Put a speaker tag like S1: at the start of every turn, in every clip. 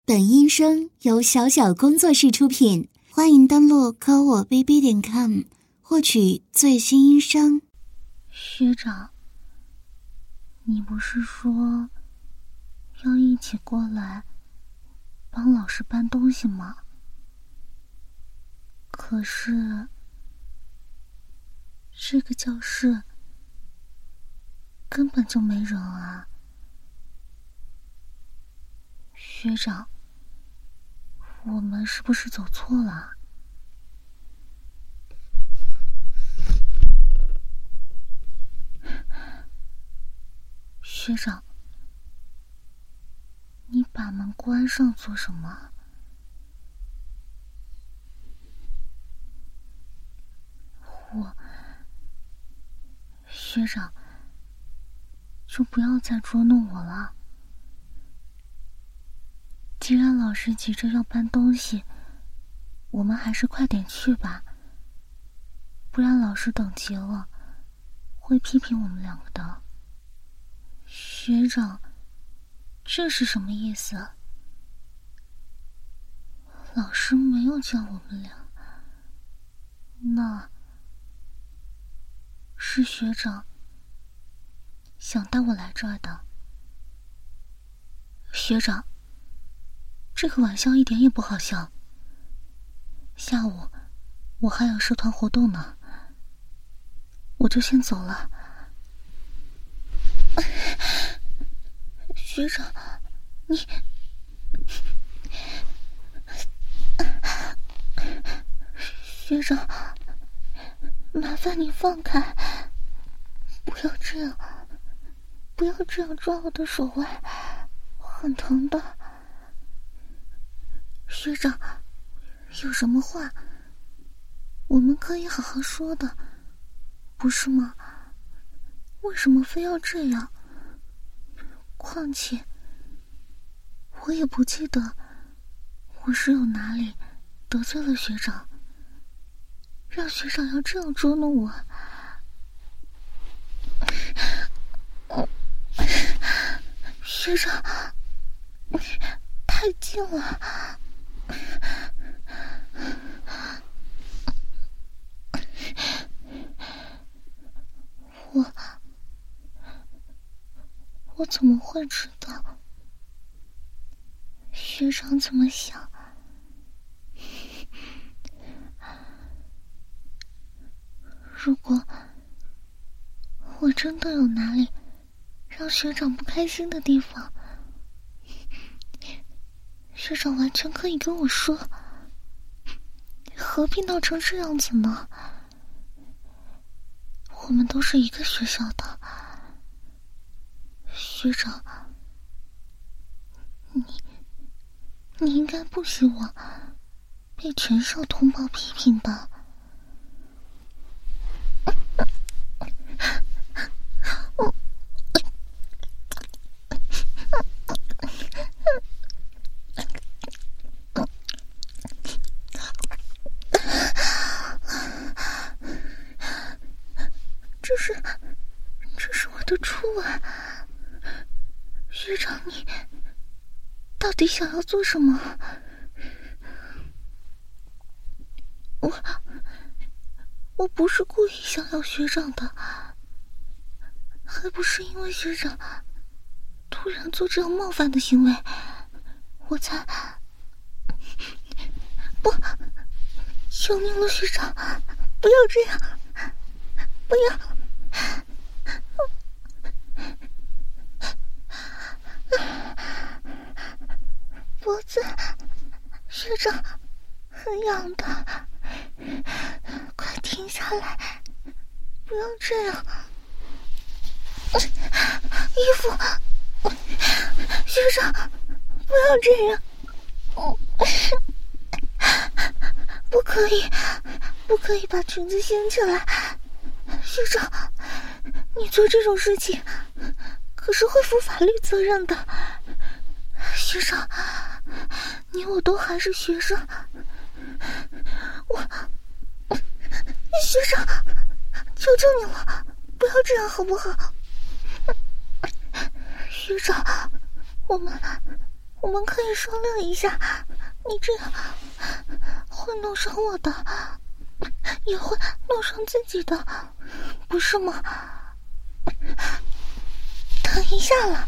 S1: 本音声由小小工作室出品，欢迎登录科我 bb.com 获取最新音声。
S2: 学长，你不是说要一起过来帮老师搬东西吗？可是这个教室根本就没人啊。学长，我们是不是走错了？学长，你把门关上做什么？学长，就不要再捉弄我了。既然老师急着要搬东西，我们还是快点去吧，不然老师等急了，会批评我们两个的。学长，这是什么意思？老师没有叫我们俩，那是学长想带我来这儿的。学长，这个玩笑一点也不好笑。下午我还有社团活动呢，我就先走了。学长，你学长，麻烦你放开，不要这样，不要这样抓我的手腕，很疼的。学长，有什么话我们可以好好说的，不是吗？为什么非要这样？况且我也不记得我是有哪里得罪了学长，让学长要这样捉弄我。学长，太近了。我怎么会知道学长怎么想？如果我真的有哪里让学长不开心的地方，学长完全可以跟我说，何必闹成这样子呢？我们都是一个学校的。学长，你应该不希望被全校同胞批评吧？这是我的初吻。学长，你到底想要做什么？我不是故意想要学长的，还不是因为学长突然做这样冒犯的行为，我才……不，求您了，学长，不要这样，不要！脖子，学长，很痒的，快停下来，不要这样。衣服，学长，不要这样，不可以，不可以把裙子掀起来。学长，你做这种事情可是会负法律责任的。学长，你我都还是学生，学长，求求你了，不要这样好不好？学长，我们我们可以商量一下，你这样会弄伤我的，也会弄伤自己的，不是吗？等一下了，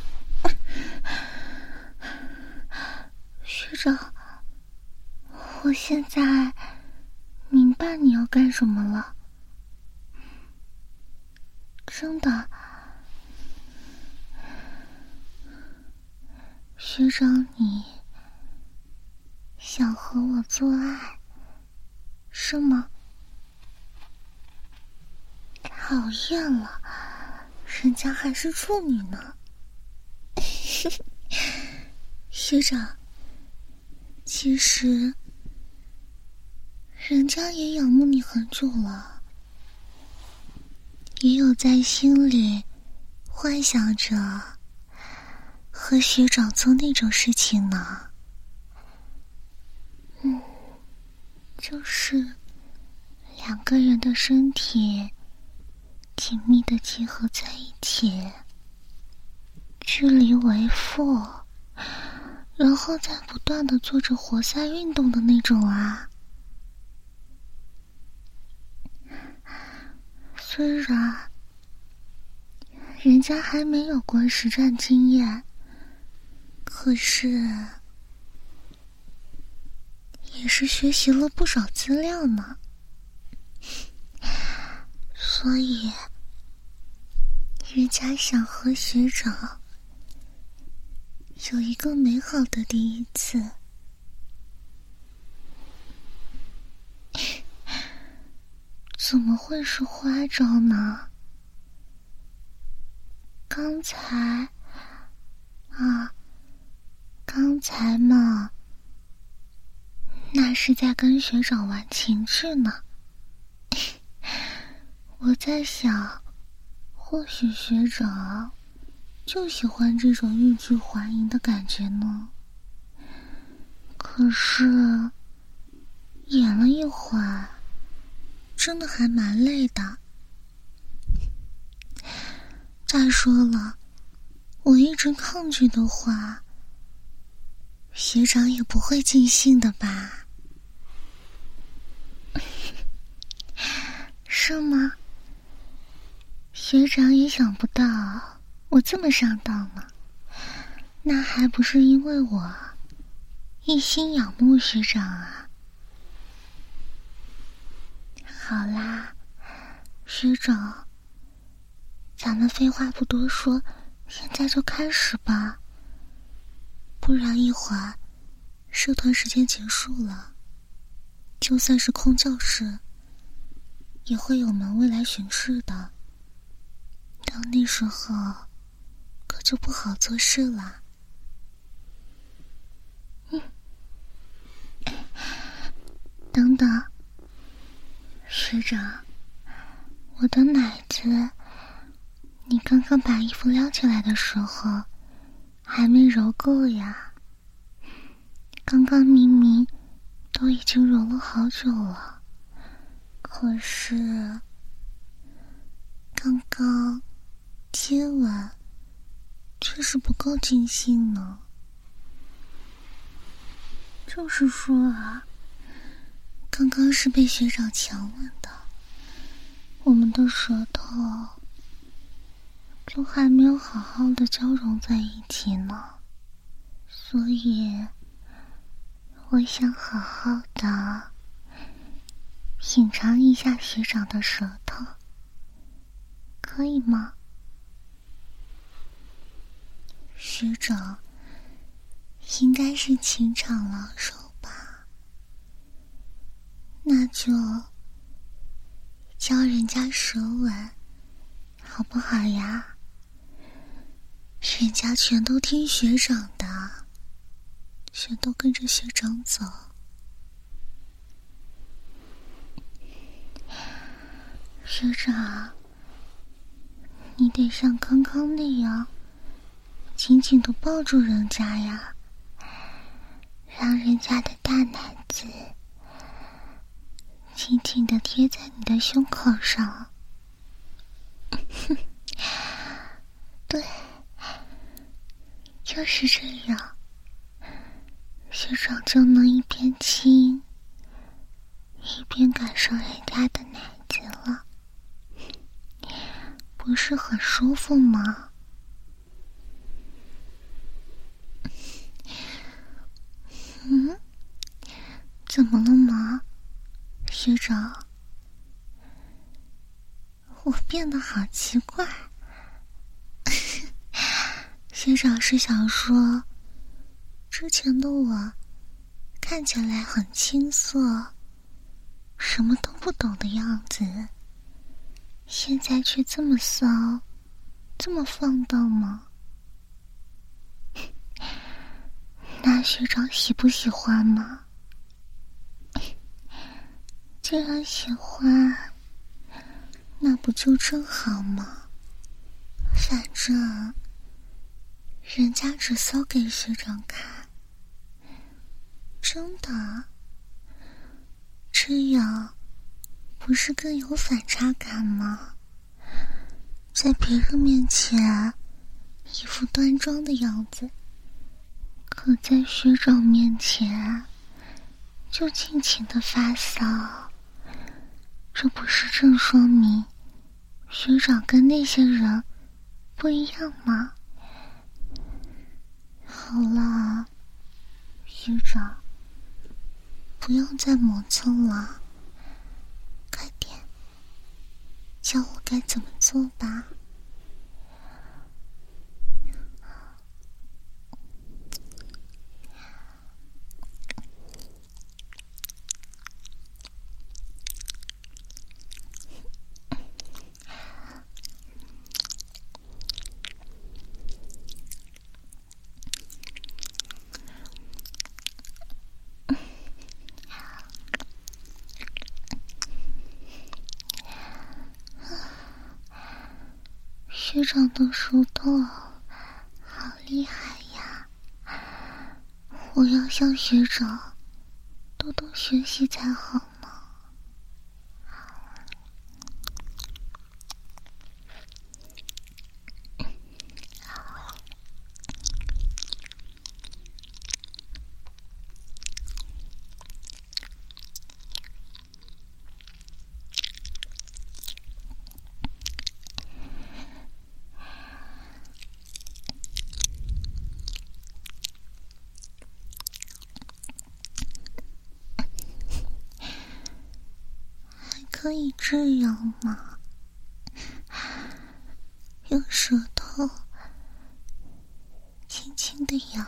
S2: 学长，我现在明白你要干什么了，真的。学长，你想和我做爱，是吗？讨厌了，人家还是处女呢。学长，其实人家也仰慕你很久了，也有在心里幻想着和学长做那种事情呢。就是两个人的身体紧密地结合在一起，距离为负，然后再不断地做着活塞运动的那种啊。虽然人家还没有过实战经验，可是也是学习了不少资料呢，所以人家想和学长有一个美好的第一次。怎么会是花招呢？刚才嘛，那是在跟学长玩情趣呢。我在想，或许学长就喜欢这种欲拒还迎的感觉呢。可是演了一会儿，真的还蛮累的。再说了，我一直抗拒的话，学长也不会尽兴的吧？是吗？学长也想不到我这么上当呢，那还不是因为我一心仰慕学长啊。好啦，学长，咱们废话不多说，现在就开始吧，不然一会儿社团时间结束了，就算是空教室也会有门卫来巡视的，到那时候可就不好做事了。等等，学长，我的奶子，你刚刚把衣服撩起来的时候还没揉够呀？刚刚明明都已经揉了好久了，可是刚刚接吻确实不够尽兴呢。就是说啊，刚刚是被学长强吻的，我们的舌头就还没有好好的交融在一起呢，所以我想好好的品尝一下学长的舌头，可以吗？学长应该是情场老手吧，那就教人家舌吻好不好呀？人家全都听学长的，全都跟着学长走。学长，你得像刚刚那样紧紧地抱住人家呀，让人家的大奶子紧紧地贴在你的胸口上。对，就是这样， 学长就能一边亲一边感受人家的奶子了，不是很舒服吗？怎么了吗，学长？我变得好奇怪。学长是想说，之前的我看起来很青涩，什么都不懂的样子，现在却这么骚，这么放荡吗？那学长喜不喜欢吗？既然喜欢，那不就正好吗？反正人家只骚给学长看，真的，这样不是更有反差感吗？在别人面前一副端庄的样子，可在学长面前就尽情的发骚，这不是正说明学长跟那些人不一样吗？好了，学长，不用再磨蹭了，快点教我该怎么做吧。学长的手动好厉害呀，我要向学长多多学习才好呢。可以这样吗？用舌头轻轻地咬，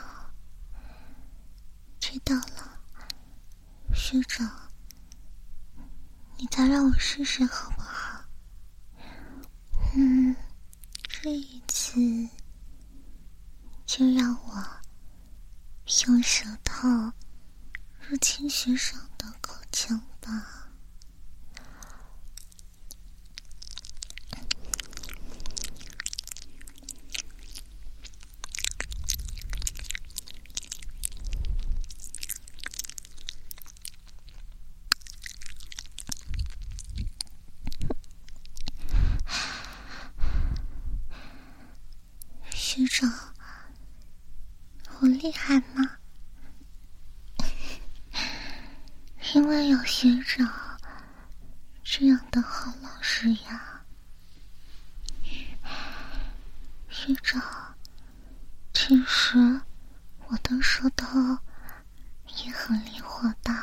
S2: 知道了，学长，你再让我试试好不好？这一次就让我用舌头入侵学长的口腔吧。学长，我厉害吗？因为有学长这样的好老师呀。学长，其实我的舌头也很灵活的。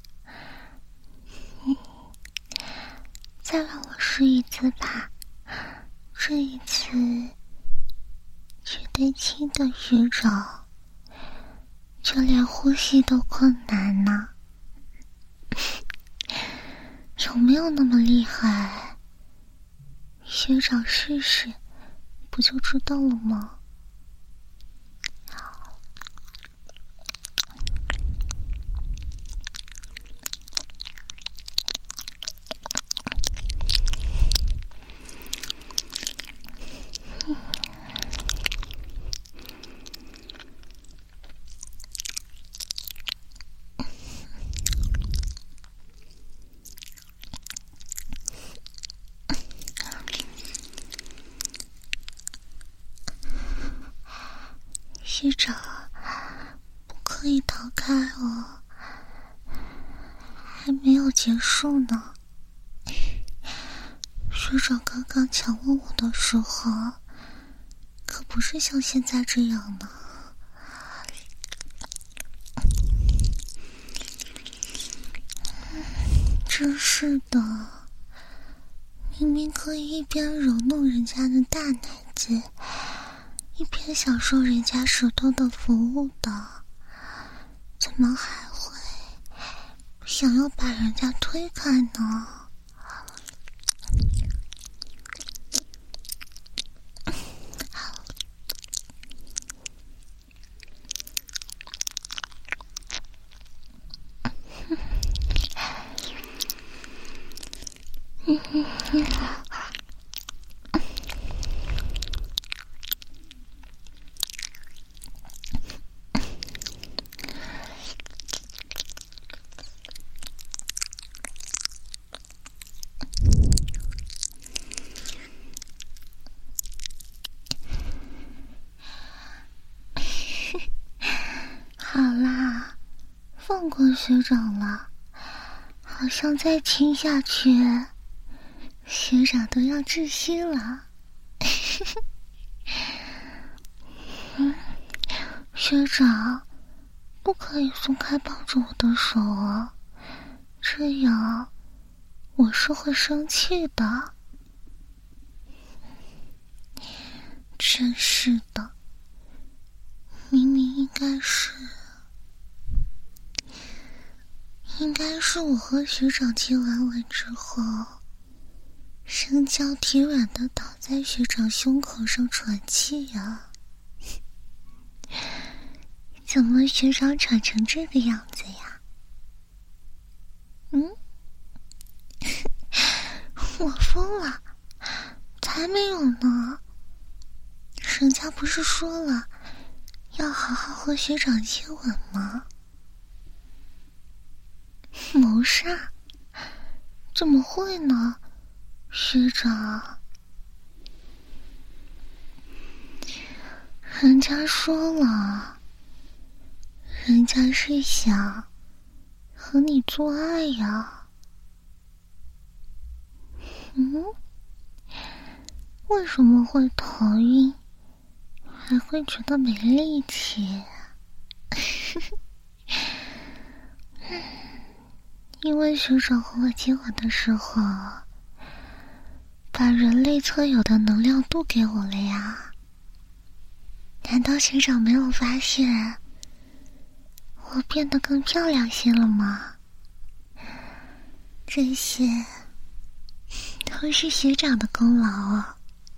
S2: 再让我试一次吧，这一次绝对亲的学长，就连呼吸都困难呢。有没有那么厉害？学长试试，不就知道了吗？学长，不可可以逃开了，还没有结束呢。学长刚刚强吻我的时候，可不是像现在这样的。真是的，明明可以一边揉弄人家的大奶子，一边享受人家舌头的服务的，怎么还会想要把人家推开呢？好啦，放过学长了，好像再亲下去，学长都要窒息了。学长，不可以松开抱住我的手哦，这样我是会生气的。真是的，明明应该是我和学长接完吻之后，身娇体软的倒在学长胸口上喘气呀。怎么学长喘成这个样子呀？我疯了，才没有呢。人家不是说了要好好和学长接吻吗？谋杀？怎么会呢？学长，人家说了，人家是想和你做爱呀。为什么会头晕，还会觉得没力气？因为学长和我接吻的时候，把人类特有的能量度给我了呀。难道学长没有发现我变得更漂亮些了吗？这些都是学长的功劳啊。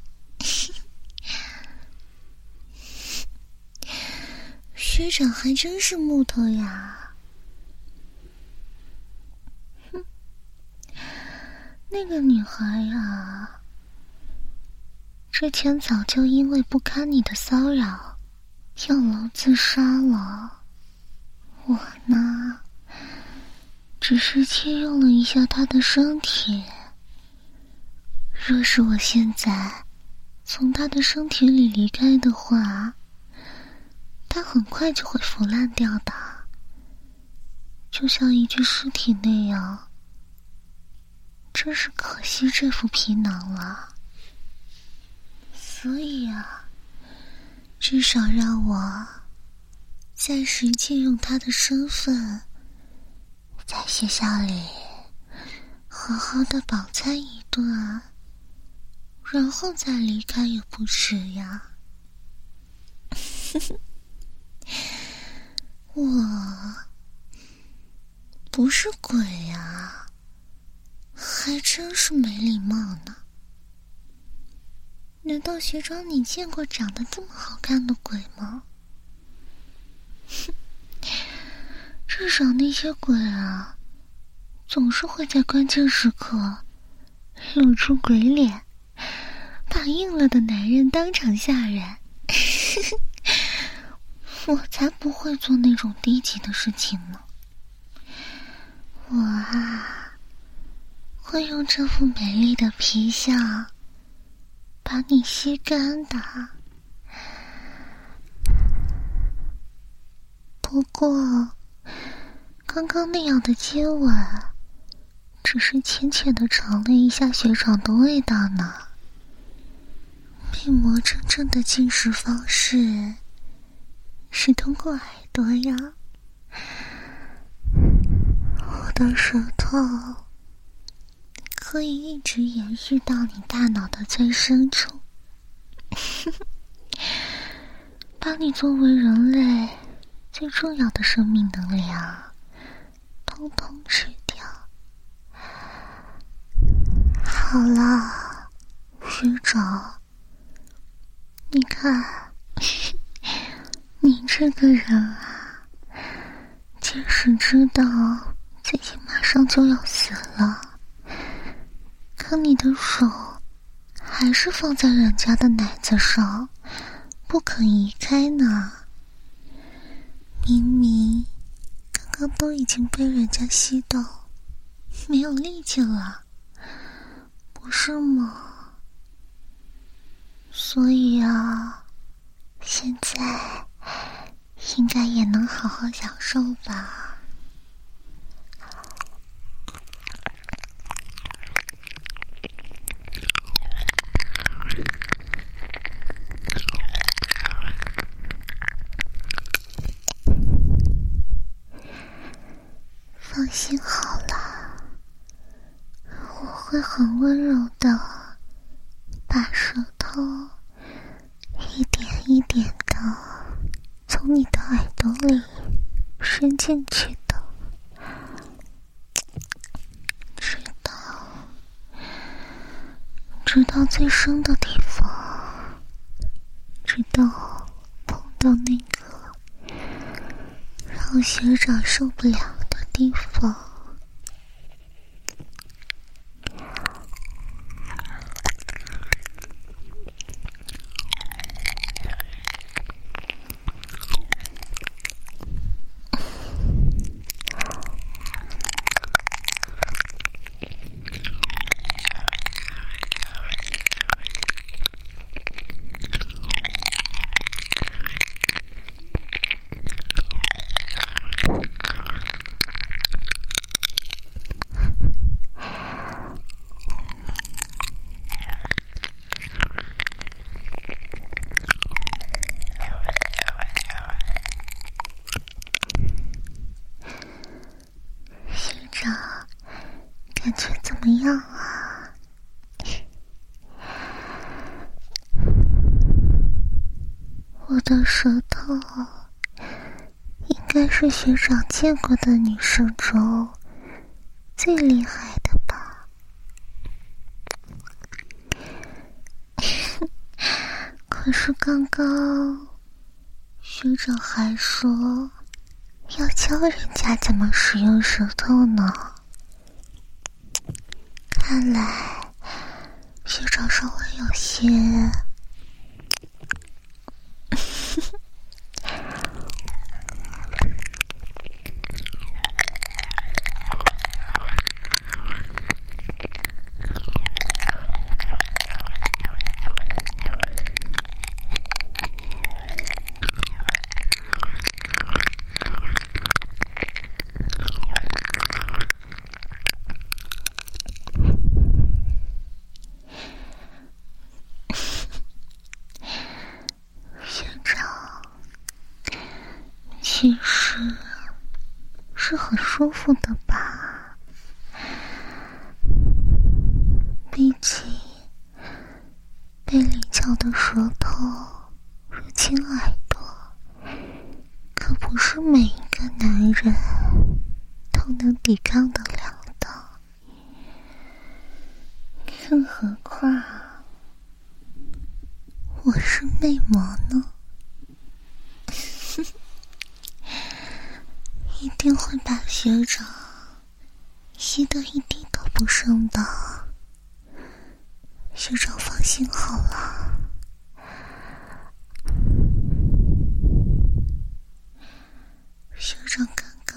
S2: 学长还真是木头呀。那个女孩呀，之前早就因为不堪你的骚扰跳楼自杀了。我呢，只是借用了一下她的身体。若是我现在从她的身体里离开的话，她很快就会腐烂掉的，就像一具尸体那样。真是可惜这副皮囊了。所以啊，至少让我暂时借用他的身份，在学校里好好的饱餐一顿，然后再离开也不迟呀。我不是鬼呀，还真是没礼貌呢。难道学长你见过长得这么好看的鬼吗？至少那些鬼啊，总是会在关键时刻露出鬼脸，把硬了的男人当场吓人。我才不会做那种低级的事情呢。我啊，会用这副美丽的皮相把你吸干的。不不过刚刚那样的接吻只是浅浅的尝了一下学长的味道呢，病魔真正的进食方式是通过耳朵呀。我的舌头可以一直延续到你大脑的最深处，把你作为人类最重要的生命能量通通吃掉。好了，学长，你看你这个人啊，即使知道自己马上就要死了，可你的手还是放在人家的奶子上，不肯移开呢。明明刚刚都已经被人家吸到没有力气了，不是吗？所以啊，现在应该也能好好享受吧。放心好了，我会很温柔的把舌头一点一点的从你的耳朵里伸进去的，直到最深的地方，直到碰到那个让学长受不了的地方。感觉怎么样啊？我的舌头应该是学长见过的女生中最厉害的吧？可是刚刚学长还说要教人家怎么使用舌头呢。看来学长稍微有些其实是很舒服的吧，毕竟被领教的舌头入侵耳朵，可不是每一个男人都能抵抗得了的，更何况我是魅魔呢。一定会把学长吸得一滴都不剩的，学长放心好了。学长刚刚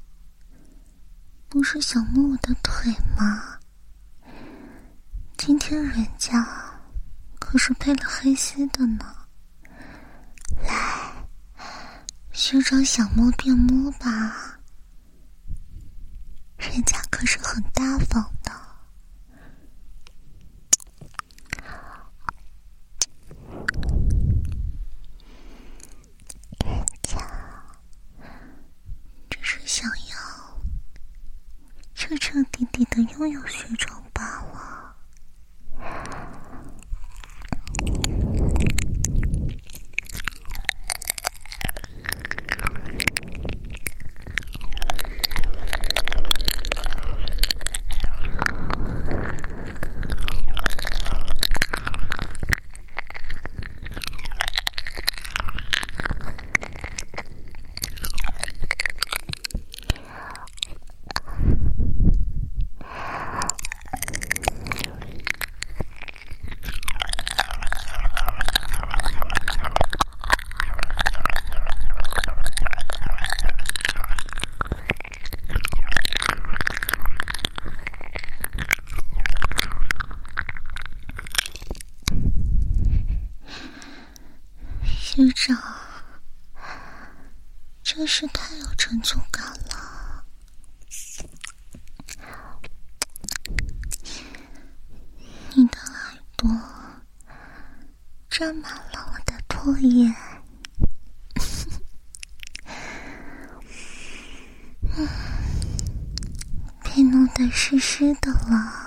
S2: 不是想摸我的腿吗？今天人家可是配了黑丝的呢。来，学学长想摸便摸吧，人家可是很大方的。人家只是想要彻彻底底的拥有学长罢了。学长，真是太有成就感了。你的耳朵沾满了我的唾液，被弄得湿湿的了。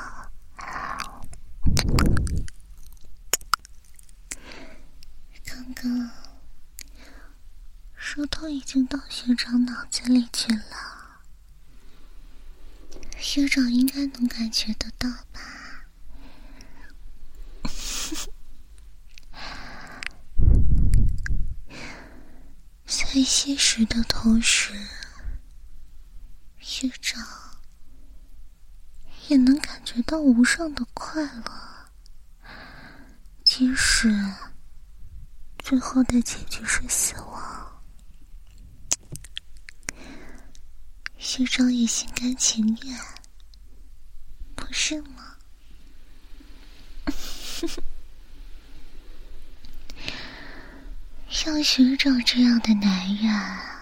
S2: 刚刚舌头已经到学长脑子里去了，学长应该能感觉得到吧？在吸食的同时，学长也能感觉到无上的快乐，即使最后的结局是死亡，学长也心甘情愿，不是吗？像学长这样的男人，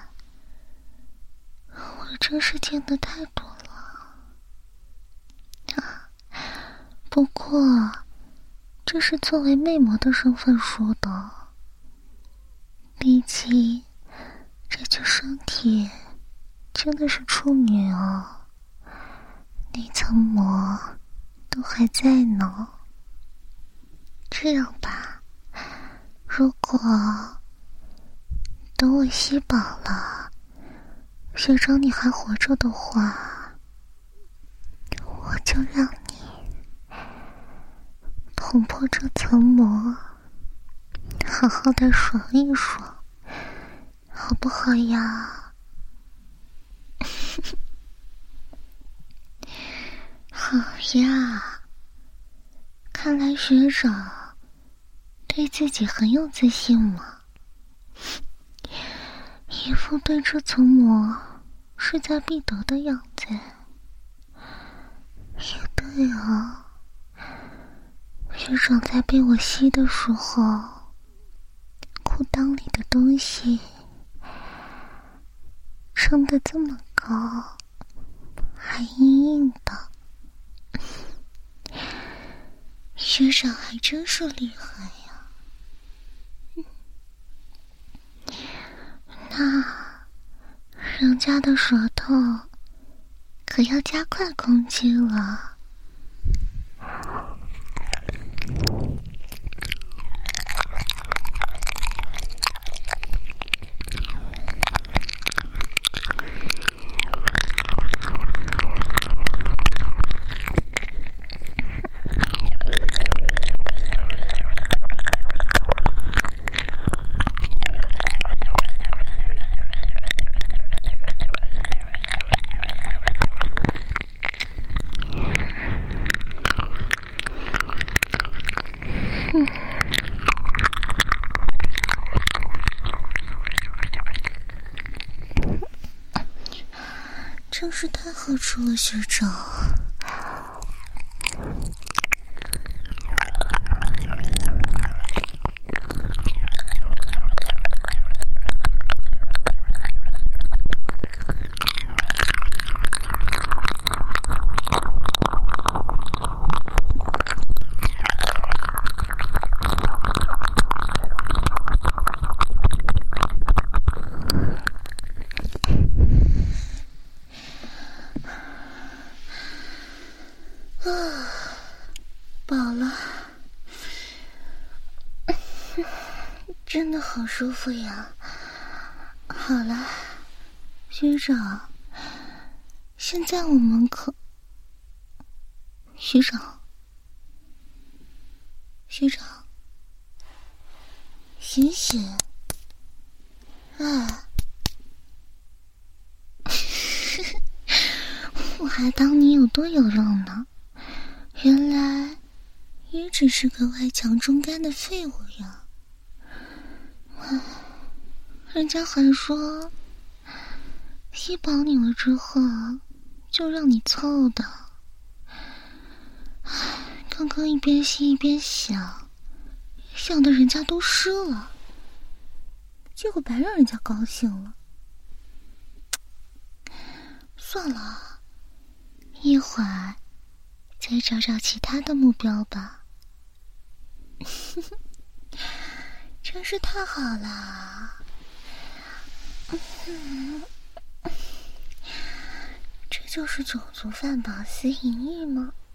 S2: 我真是见得太多了啊！不过这是作为魅魔的身份说的，毕竟这具身体真的是处女哦，那层膜都还在呢。这样吧，如果等我吸饱了，学长你还活着的话，我就让你捅破这层膜，好好的爽一爽，好不好呀？好呀，看来学长对自己很有自信嘛，一副对这层膜势在必得的样子。也对啊，学长在被我吸的时候，裤裆里的东西撑得这么高，还硬硬的，学长还真是厉害呀。那人家的舌头可要加快攻击了。真是太好吃了，学长。 真的好舒服呀。好了，学长，现在我们学长，醒醒！哎，我还当你有多有肉呢，原来也只是个外强中干的废物呀！人家还说吸饱你了之后就让你凑的，刚刚一边吸一边想得人家都湿了，结果白让人家高兴了。算了，一会儿再找找其他的目标吧。真是太好了。这就是酒足饭饱思淫欲吗？